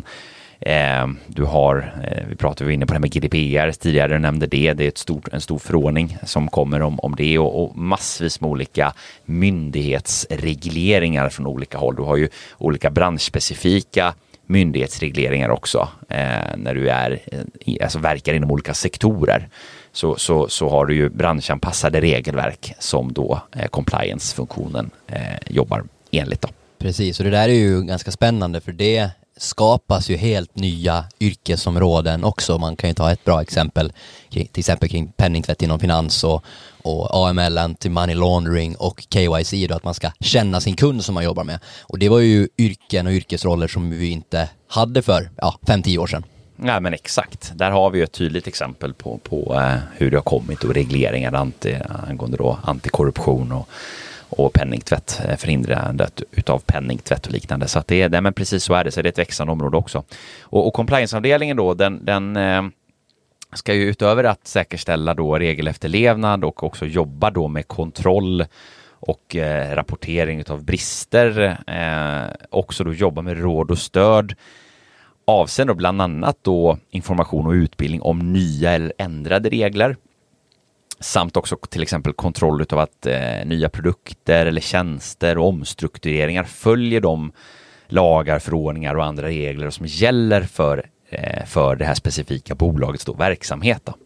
Vi pratade inne på det här med GDPR tidigare, du nämnde det är en stor förordning som kommer om det och massvis med olika myndighetsregleringar från olika håll. Du har ju olika branschspecifika myndighetsregleringar också när du verkar inom olika sektorer. Så har du ju branschanpassade regelverk som då compliance-funktionen jobbar enligt då. Precis, och det där är ju ganska spännande för det skapas ju helt nya yrkesområden också. Man kan ju ta ett bra exempel, till exempel kring penningtvätt inom finans och AML, anti-money laundering och KYC då, att man ska känna sin kund som man jobbar med. Och det var ju yrken och yrkesroller som vi inte hade för 5-10 år sedan. Ja, men exakt. Där har vi ju ett tydligt exempel på hur det har kommit och regleringar angående då antikorruption och penningtvätt, förhindrandet utav penningtvätt och liknande. Så att men precis så är det. Så det är ett växande område också. Och compliance-avdelningen då, den ska ju utöver att säkerställa då regelefterlevnad och också jobba då med kontroll och rapportering utav brister. Också då jobba med råd och stöd. Avseende bland annat då information och utbildning om nya eller ändrade regler. Samt också till exempel kontroll utav att nya produkter eller tjänster och omstruktureringar följer de lagar, förordningar och andra regler som gäller för det här specifika bolagets då verksamhet då.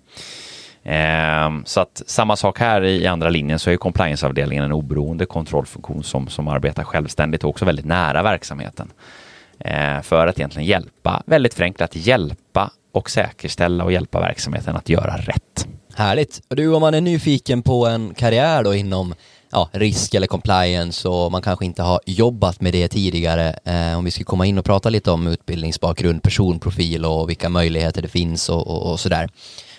Så att samma sak här i andra linjen, så är compliance-avdelningen en oberoende kontrollfunktion som arbetar självständigt och också väldigt nära verksamheten. För att egentligen väldigt förenklat hjälpa och säkerställa och hjälpa verksamheten att göra rätt. Härligt. Och du, om man är nyfiken på en karriär då inom risk eller compliance och man kanske inte har jobbat med det tidigare, om vi ska komma in och prata lite om utbildningsbakgrund, personprofil och vilka möjligheter det finns och sådär.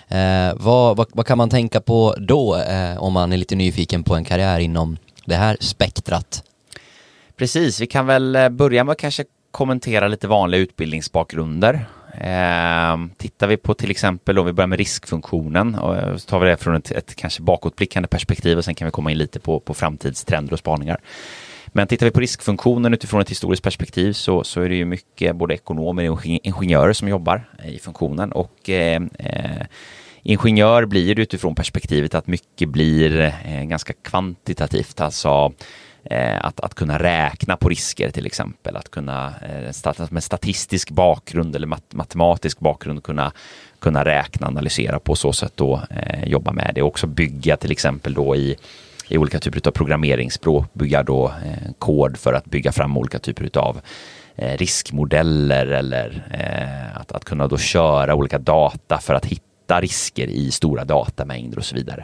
Vad kan man tänka på då om man är lite nyfiken på en karriär inom det här spektrat? Precis, vi kan väl börja med att kanske kommentera lite vanliga utbildningsbakgrunder. Tittar vi på till exempel, om vi börjar med riskfunktionen och så tar vi det från ett kanske bakåtblickande perspektiv och sen kan vi komma in lite på framtidstrender och spaningar. Men tittar vi på riskfunktionen utifrån ett historiskt perspektiv så är det ju mycket både ekonomer och ingenjörer som jobbar i funktionen, och ingenjör blir det utifrån perspektivet att mycket blir ganska kvantitativt, alltså att kunna räkna på risker till exempel, att kunna med statistisk bakgrund eller matematisk bakgrund kunna räkna, analysera på så sätt då, jobba med det och också bygga till exempel då i olika typer av programmeringsspråk, bygga då kod för att bygga fram olika typer av riskmodeller eller att kunna då köra olika data för att hitta risker i stora datamängder och så vidare.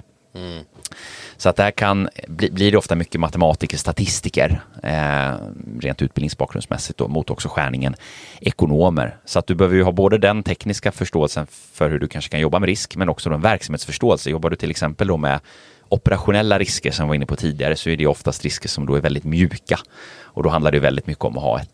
Så att det här blir det ofta mycket matematiker, statistiker rent utbildningsbakgrundsmässigt då, mot också skärningen ekonomer. Så att du behöver ju ha både den tekniska förståelsen för hur du kanske kan jobba med risk, men också en verksamhetsförståelse. Jobbar du till exempel då med operationella risker som vi var inne på tidigare, så är det oftast risker som då är väldigt mjuka. Och då handlar det väldigt mycket om att ha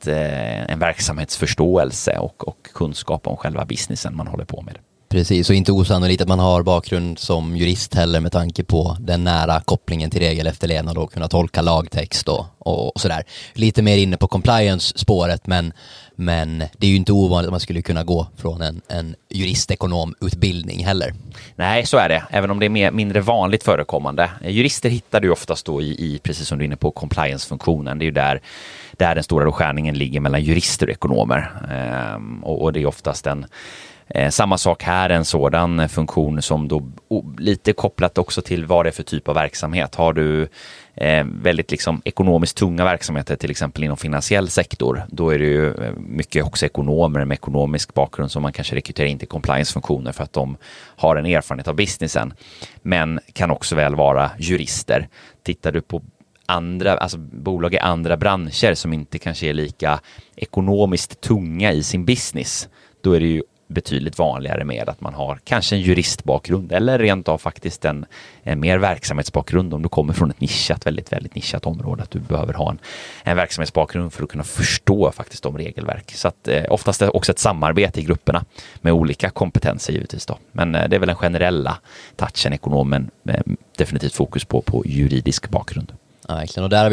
en verksamhetsförståelse och kunskap om själva businessen man håller på med. Precis, och inte osannolikt att man har bakgrund som jurist heller med tanke på den nära kopplingen till regelefterlevnad och kunna tolka lagtext och sådär. Lite mer inne på compliance-spåret, men det är ju inte ovanligt att man skulle kunna gå från en juristekonomutbildning heller. Nej, så är det. Även om det är mindre vanligt förekommande. Jurister hittar du oftast då i precis som du är inne på, compliance-funktionen. Det är ju där den stora skärningen ligger mellan jurister och ekonomer. Och det är oftast samma sak här, en sådan funktion som då lite kopplat också till vad det är för typ av verksamhet. Har du väldigt liksom ekonomiskt tunga verksamheter, till exempel inom finansiell sektor, då är det ju mycket också ekonomer med ekonomisk bakgrund som man kanske rekryterar in till compliance-funktioner för att de har en erfarenhet av businessen, men kan också väl vara jurister. Tittar du på bolag i andra branscher som inte kanske är lika ekonomiskt tunga i sin business, då är det ju betydligt vanligare med att man har kanske en juristbakgrund eller rent av faktiskt en mer verksamhetsbakgrund om du kommer från ett väldigt, väldigt nischat område, att du behöver ha en verksamhetsbakgrund för att kunna förstå faktiskt de regelverk. Så att oftast är det också ett samarbete i grupperna med olika kompetenser givetvis då. Men det är väl den generella touchen, ekonomen definitivt fokus på juridisk bakgrund. Ja, verkligen. Och där har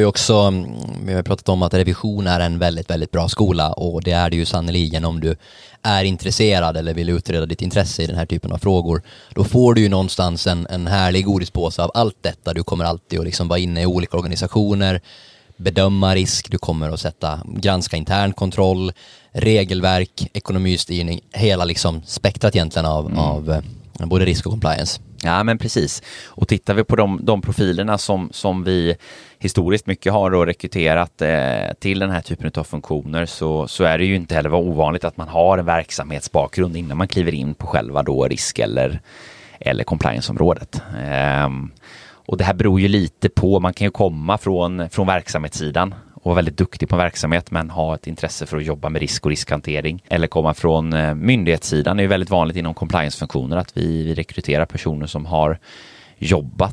vi har pratat om att revision är en väldigt, väldigt bra skola, och det är det ju sannoliken om du är intresserad eller vill utreda ditt intresse i den här typen av frågor. Då får du ju någonstans en härlig godispåse av allt detta. Du kommer alltid att liksom vara inne i olika organisationer, bedöma risk, du kommer att granska intern kontroll, regelverk, ekonomistyrning, hela liksom spektrat egentligen av både risk och compliance. Ja, men precis. Och tittar vi på de profilerna som vi historiskt mycket har då rekryterat till den här typen av funktioner, så är det ju inte heller ovanligt att man har en verksamhetsbakgrund innan man kliver in på själva då risk eller compliance-området. Och det här beror ju lite på, man kan ju komma från verksamhetssidan och vara väldigt duktig på verksamhet men ha ett intresse för att jobba med risk och riskhantering. Eller komma från myndighetssidan. Det är ju väldigt vanligt inom compliance-funktioner att vi rekryterar personer som har jobbat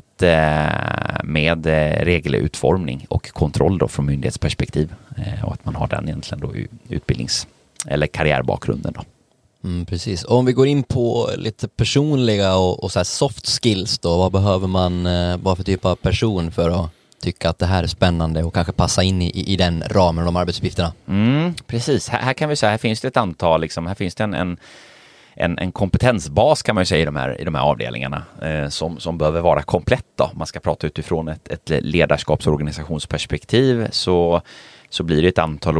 med regelutformning och kontroll då från myndighetsperspektiv. Och att man har den egentligen då utbildnings- eller karriärbakgrunden då. Precis. Och om vi går in på lite personliga och så här soft skills då, vad behöver man vara för typ av person för att tycka att det här är spännande och kanske passa in i den ramen och de arbetsuppgifterna? Precis. Här kan vi säga, här finns det ett antal, här finns det en kompetensbas kan man ju säga i de här avdelningarna som behöver vara komplett då. Man ska prata utifrån ett ledarskaps- och organisationsperspektiv, så blir det ett antal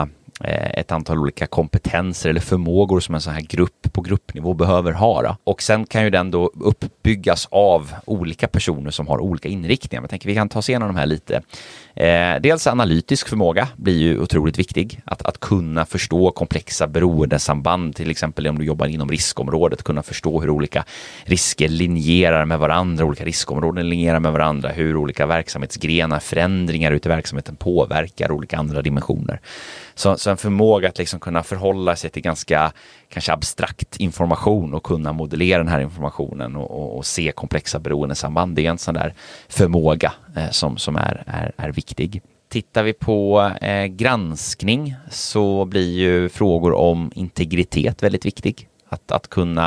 olika kompetenser eller förmågor som en sån här grupp på gruppnivå behöver ha. Då. Och sen kan ju den då uppbyggas av olika personer som har olika inriktningar. Jag tänker vi kan ta oss igenom de här lite. Dels analytisk förmåga blir ju otroligt viktig. Att kunna förstå komplexa beroendesamband, till exempel om du jobbar inom riskområdet, kunna förstå hur olika risker linjerar med varandra, olika riskområden linjerar med varandra, hur olika verksamhetsgrenar, förändringar ute i verksamheten påverkar olika andra dimensioner. Så en förmåga att liksom kunna förhålla sig till ganska kanske abstrakt information och kunna modellera den här informationen och se komplexa beroendesamband, det är en sån där förmåga som är viktig. Tittar vi på granskning så blir ju frågor om integritet väldigt viktig. Att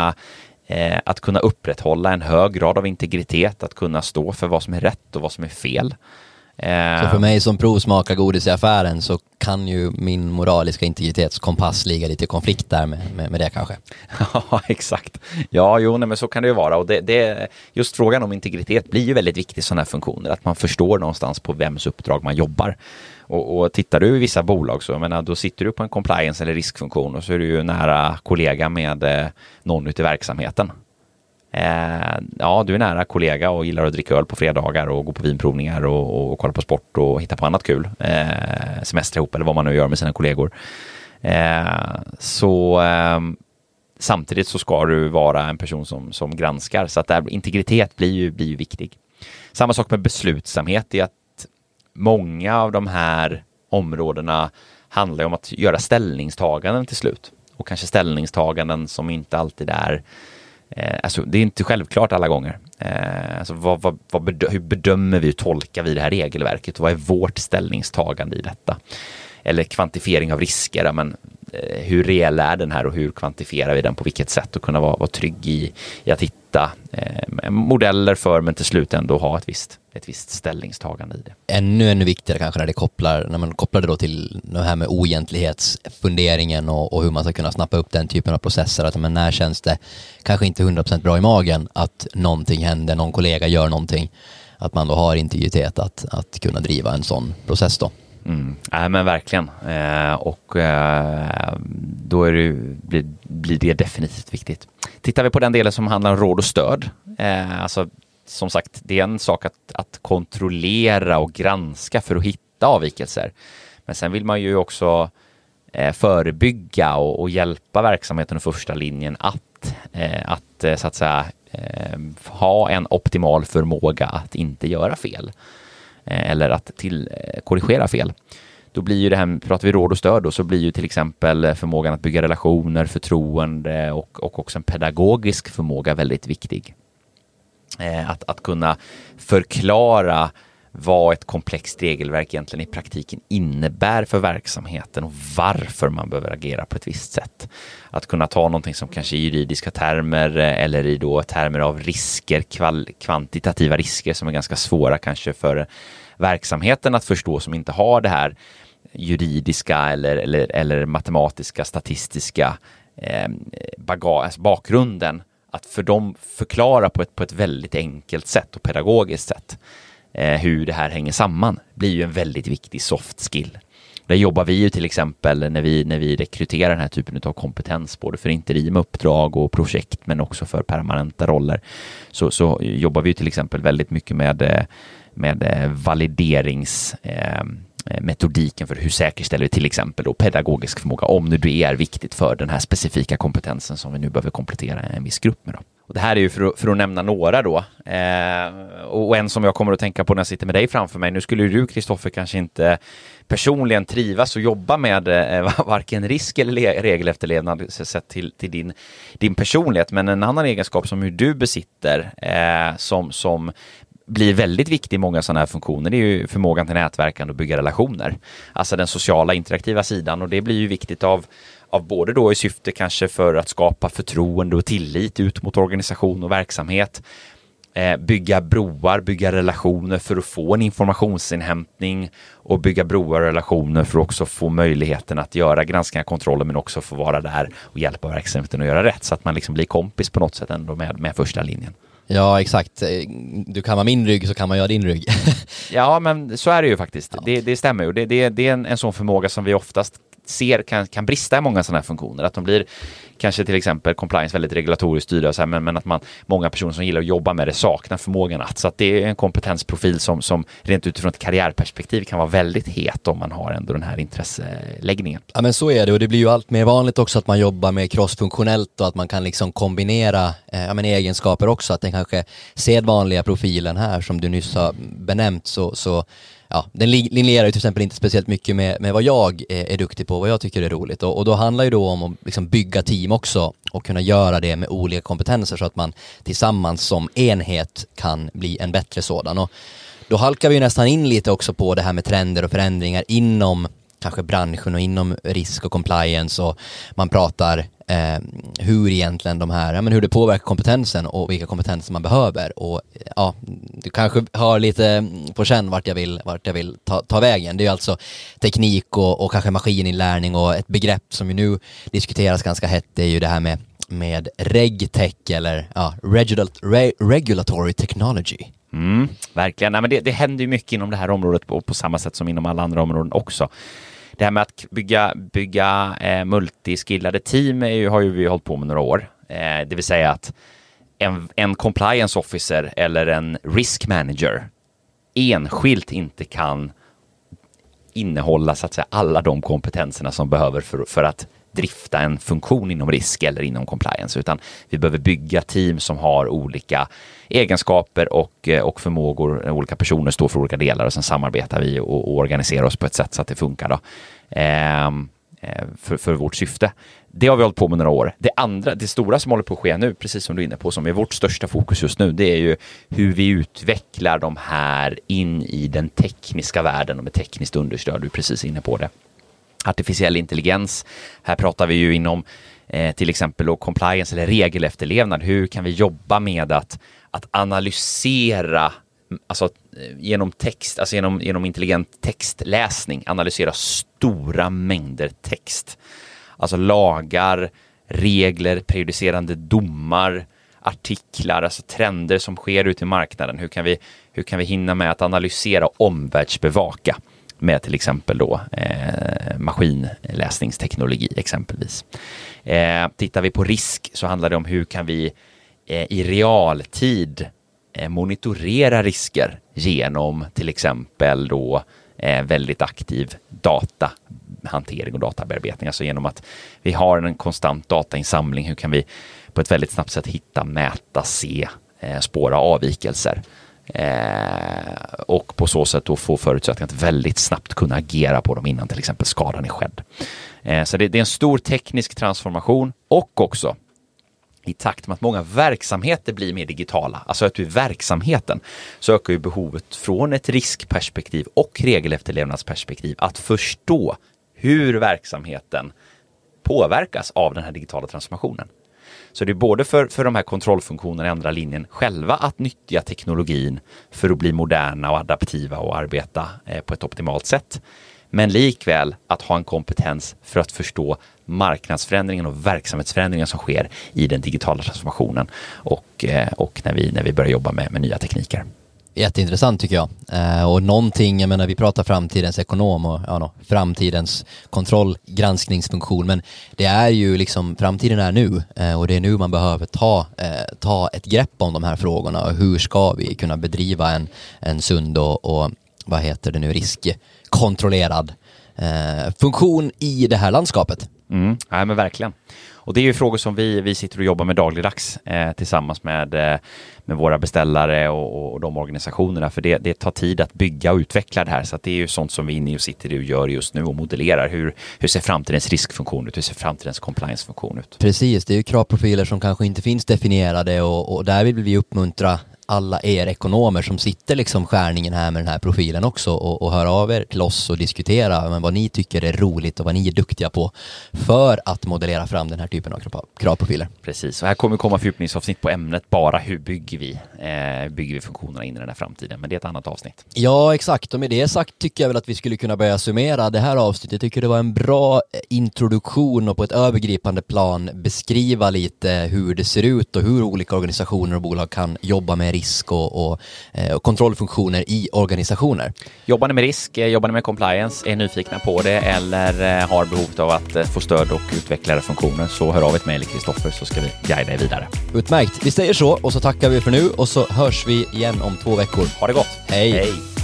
kunna upprätthålla en hög grad av integritet, att kunna stå för vad som är rätt och vad som är fel. Så för mig som provsmakar godis i affären så kan ju min moraliska integritetskompass ligga lite i konflikt där med det kanske. Ja, exakt. Ja, jo, nej, men så kan det ju vara. Och just frågan om integritet blir ju väldigt viktig i sådana här funktioner. Att man förstår någonstans på vems uppdrag man jobbar. Och tittar du i vissa bolag så, menar, då sitter du på en compliance eller riskfunktion och så är du ju nära kollega med någon ute i verksamheten. Ja, du är nära kollega och gillar att dricka öl på fredagar och gå på vinprovningar och kolla på sport och hitta på annat kul. Semester ihop eller vad man nu gör med sina kollegor. Samtidigt så ska du vara en person som granskar. Så att integritet blir ju viktig. Samma sak med beslutsamhet är att många av de här områdena handlar om att göra ställningstaganden till slut. Och kanske ställningstaganden som inte alltid är alltså det är inte självklart alla gånger. Alltså hur bedömer vi och tolkar vi det här regelverket och vad är vårt ställningstagande i detta? Eller kvantifiering av risker, men hur reell är den här och hur kvantifierar vi den på vilket sätt och kunna vara trygg i att hitta modeller för, men till slut ändå ha ett visst ställningstagande i det. Ännu viktigare kanske när man kopplar det då till det här med oegentlighetsfunderingen och hur man ska kunna snappa upp den typen av processer. Att men när känns det kanske inte 100% bra i magen att någonting händer, någon kollega gör någonting, att man då har integritet att kunna driva en sån process då. Ja, men verkligen. Då blir det definitivt viktigt. Tittar vi på den delen som handlar om råd och stöd. Alltså, som sagt, det är en sak att kontrollera och granska för att hitta avvikelser. Men sen vill man ju också förebygga och hjälpa verksamheten i första linjen att så att säga ha en optimal förmåga att inte göra fel. Eller att korrigera fel. Då blir ju det här, pratar vi råd och stöd då, så blir ju till exempel förmågan att bygga relationer, förtroende och också en pedagogisk förmåga väldigt viktig. Att kunna förklara vad ett komplext regelverk egentligen i praktiken innebär för verksamheten och varför man behöver agera på ett visst sätt. Att kunna ta någonting som kanske är juridiska termer eller i då termer av risker, kvantitativa risker som är ganska svåra kanske för verksamheten att förstå, som inte har det här juridiska eller matematiska, statistiska bakgrunden, att för dem förklara på ett väldigt enkelt sätt och pedagogiskt sätt hur det här hänger samman, blir ju en väldigt viktig soft skill. Där jobbar vi ju till exempel när vi rekryterar den här typen av kompetens, både för interimuppdrag och projekt, men också för permanenta roller. Så jobbar vi ju till exempel väldigt mycket med valideringsmetodiken för hur säkerställer vi till exempel då pedagogisk förmåga, om nu det är viktigt för den här specifika kompetensen som vi nu behöver komplettera en viss grupp med då. Och det här är ju för att nämna några då. Och en som jag kommer att tänka på när jag sitter med dig framför mig. Nu skulle ju du, Kristoffer, kanske inte personligen trivas och jobba med varken risk eller regelefterlevnad sett till din personlighet. Men en annan egenskap som ju du besitter som blir väldigt viktig i många sådana här funktioner, det är ju förmågan till nätverkande och bygga relationer. Alltså den sociala interaktiva sidan, och det blir ju viktigt av både då i syfte kanske för att skapa förtroende och tillit ut mot organisation och verksamhet, bygga broar, bygga relationer för att få en informationsinhämtning och bygga broar och relationer för att också få möjligheten att göra granskningar, kontroller, men också få vara där och hjälpa verksamheten att göra rätt, så att man liksom blir kompis på något sätt ändå med första linjen. Ja, exakt. Du kan vara min rygg så kan man göra din rygg. Ja, men så är det ju faktiskt. Ja. Det stämmer ju. Det är en sån förmåga som vi oftast ser kan brista i många sådana här funktioner. Att de blir kanske till exempel compliance väldigt regulatoriskt styrda och så här, men att många personer som gillar att jobba med det saknar förmågan att. Så att det är en kompetensprofil som rent utifrån ett karriärperspektiv kan vara väldigt het om man har ändå den här intresseläggningen. Ja, men så är det, och det blir ju allt mer vanligt också att man jobbar med crossfunktionellt och att man kan liksom kombinera egenskaper också. Att den kanske sedvanliga profilen här som du nyss har benämnt så ja, den linjerar ju till exempel inte speciellt mycket med vad jag är duktig på, vad jag tycker är roligt. Och då handlar ju då om att liksom bygga team också och kunna göra det med olika kompetenser så att man tillsammans som enhet kan bli en bättre sådan. Och då halkar vi ju nästan in lite också på det här med trender och förändringar inom kanske branschen och inom risk och compliance, och man pratar hur egentligen de här, hur det påverkar kompetensen och vilka kompetenser man behöver. Och ja, du kanske har lite på känn vart jag vill ta vägen. Det är ju alltså teknik och kanske maskininlärning, och ett begrepp som ju nu diskuteras ganska hett, det är ju det här med regtech eller regulatory technology. Verkligen. Nej, men det händer ju mycket inom det här området på samma sätt som inom alla andra områden också. Det här med att bygga multiskillade team har ju vi hållit på med några år. Det vill säga att en compliance officer eller en risk manager enskilt inte kan innehålla så att säga alla de kompetenserna som behöver för att drifta en funktion inom risk eller inom compliance, utan vi behöver bygga team som har olika egenskaper och förmågor. Olika personer står för olika delar och sen samarbetar vi och organiserar oss på ett sätt så att det funkar då, för vårt syfte. Det har vi hållit på med några år. Det stora som håller på att ske nu, precis som du är inne på, som är vårt största fokus just nu, det är ju hur vi utvecklar de här in i den tekniska världen och med tekniskt understöd. Du är precis inne på det. Artificiell intelligens, här pratar vi ju inom till exempel då compliance eller regelefterlevnad. Hur kan vi jobba med att analysera, alltså genom text, alltså genom intelligent textläsning, analysera stora mängder text. Alltså lagar, regler, prejudicerande domar, artiklar, alltså trender som sker ute i marknaden. Hur kan vi hinna med att analysera och omvärldsbevaka med till exempel då maskinläsningsteknologi exempelvis. Tittar vi på risk så handlar det om hur kan vi i realtid monitorera risker genom till exempel då väldigt aktiv datahantering och databearbetning. Alltså genom att vi har en konstant datainsamling, hur kan vi på ett väldigt snabbt sätt hitta, mäta, se, spåra avvikelser. Och på så sätt då få förutsättningar att väldigt snabbt kunna agera på dem innan till exempel skadan är skedd. Så det är en stor teknisk transformation, och också i takt med att många verksamheter blir mer digitala, alltså att i verksamheten så ökar ju behovet från ett riskperspektiv och regelefterlevnadsperspektiv att förstå hur verksamheten påverkas av den här digitala transformationen. Så det är både för de här kontrollfunktionerna i andra linjen själva att nyttja teknologin för att bli moderna och adaptiva och arbeta på ett optimalt sätt. Men likväl att ha en kompetens för att förstå marknadsförändringen och verksamhetsförändringen som sker i den digitala transformationen och när vi börjar jobba med nya tekniker. Jätteintressant tycker jag. Och någonting, jag menar, vi pratar framtidens ekonom och framtidens kontrollgranskningsfunktion, men det är ju liksom, framtiden är nu, och det är nu man behöver ta ett grepp om de här frågorna, och hur ska vi kunna bedriva en sund och riskkontrollerad funktion i det här landskapet. Ja, men verkligen. Och det är ju frågor som vi sitter och jobbar med dagligdags tillsammans med våra beställare och de organisationerna, för det tar tid att bygga och utveckla det här, så att det är ju sånt som vi inne och sitter och gör just nu och modellerar. Hur ser framtidens riskfunktion ut? Hur ser framtidens compliance-funktion ut? Precis, det är ju kravprofiler som kanske inte finns definierade, och där vill vi uppmuntra alla er ekonomer som sitter liksom skärningen här med den här profilen också, och höra av er till oss och diskutera vad ni tycker är roligt och vad ni är duktiga på för att modellera fram den här typen av kravprofiler. Precis, och här kommer komma fördjupningsavsnitt på ämnet bara hur bygger vi funktionerna in i den här framtiden, men det är ett annat avsnitt. Ja, exakt, och med det sagt tycker jag väl att vi skulle kunna börja summera det här avsnittet. Jag tycker det var en bra introduktion och på ett övergripande plan beskriva lite hur det ser ut och hur olika organisationer och bolag kan jobba med risk och kontrollfunktioner i organisationer. Jobbar ni med risk, jobbar ni med compliance, är nyfikna på det eller har behov av att få stöd och utveckla funktioner, så hör av ett mejl till Kristoffer så ska vi guida er vidare. Utmärkt, vi säger så och så tackar vi för nu och så hörs vi igen om 2 veckor. Ha det gott! Hej!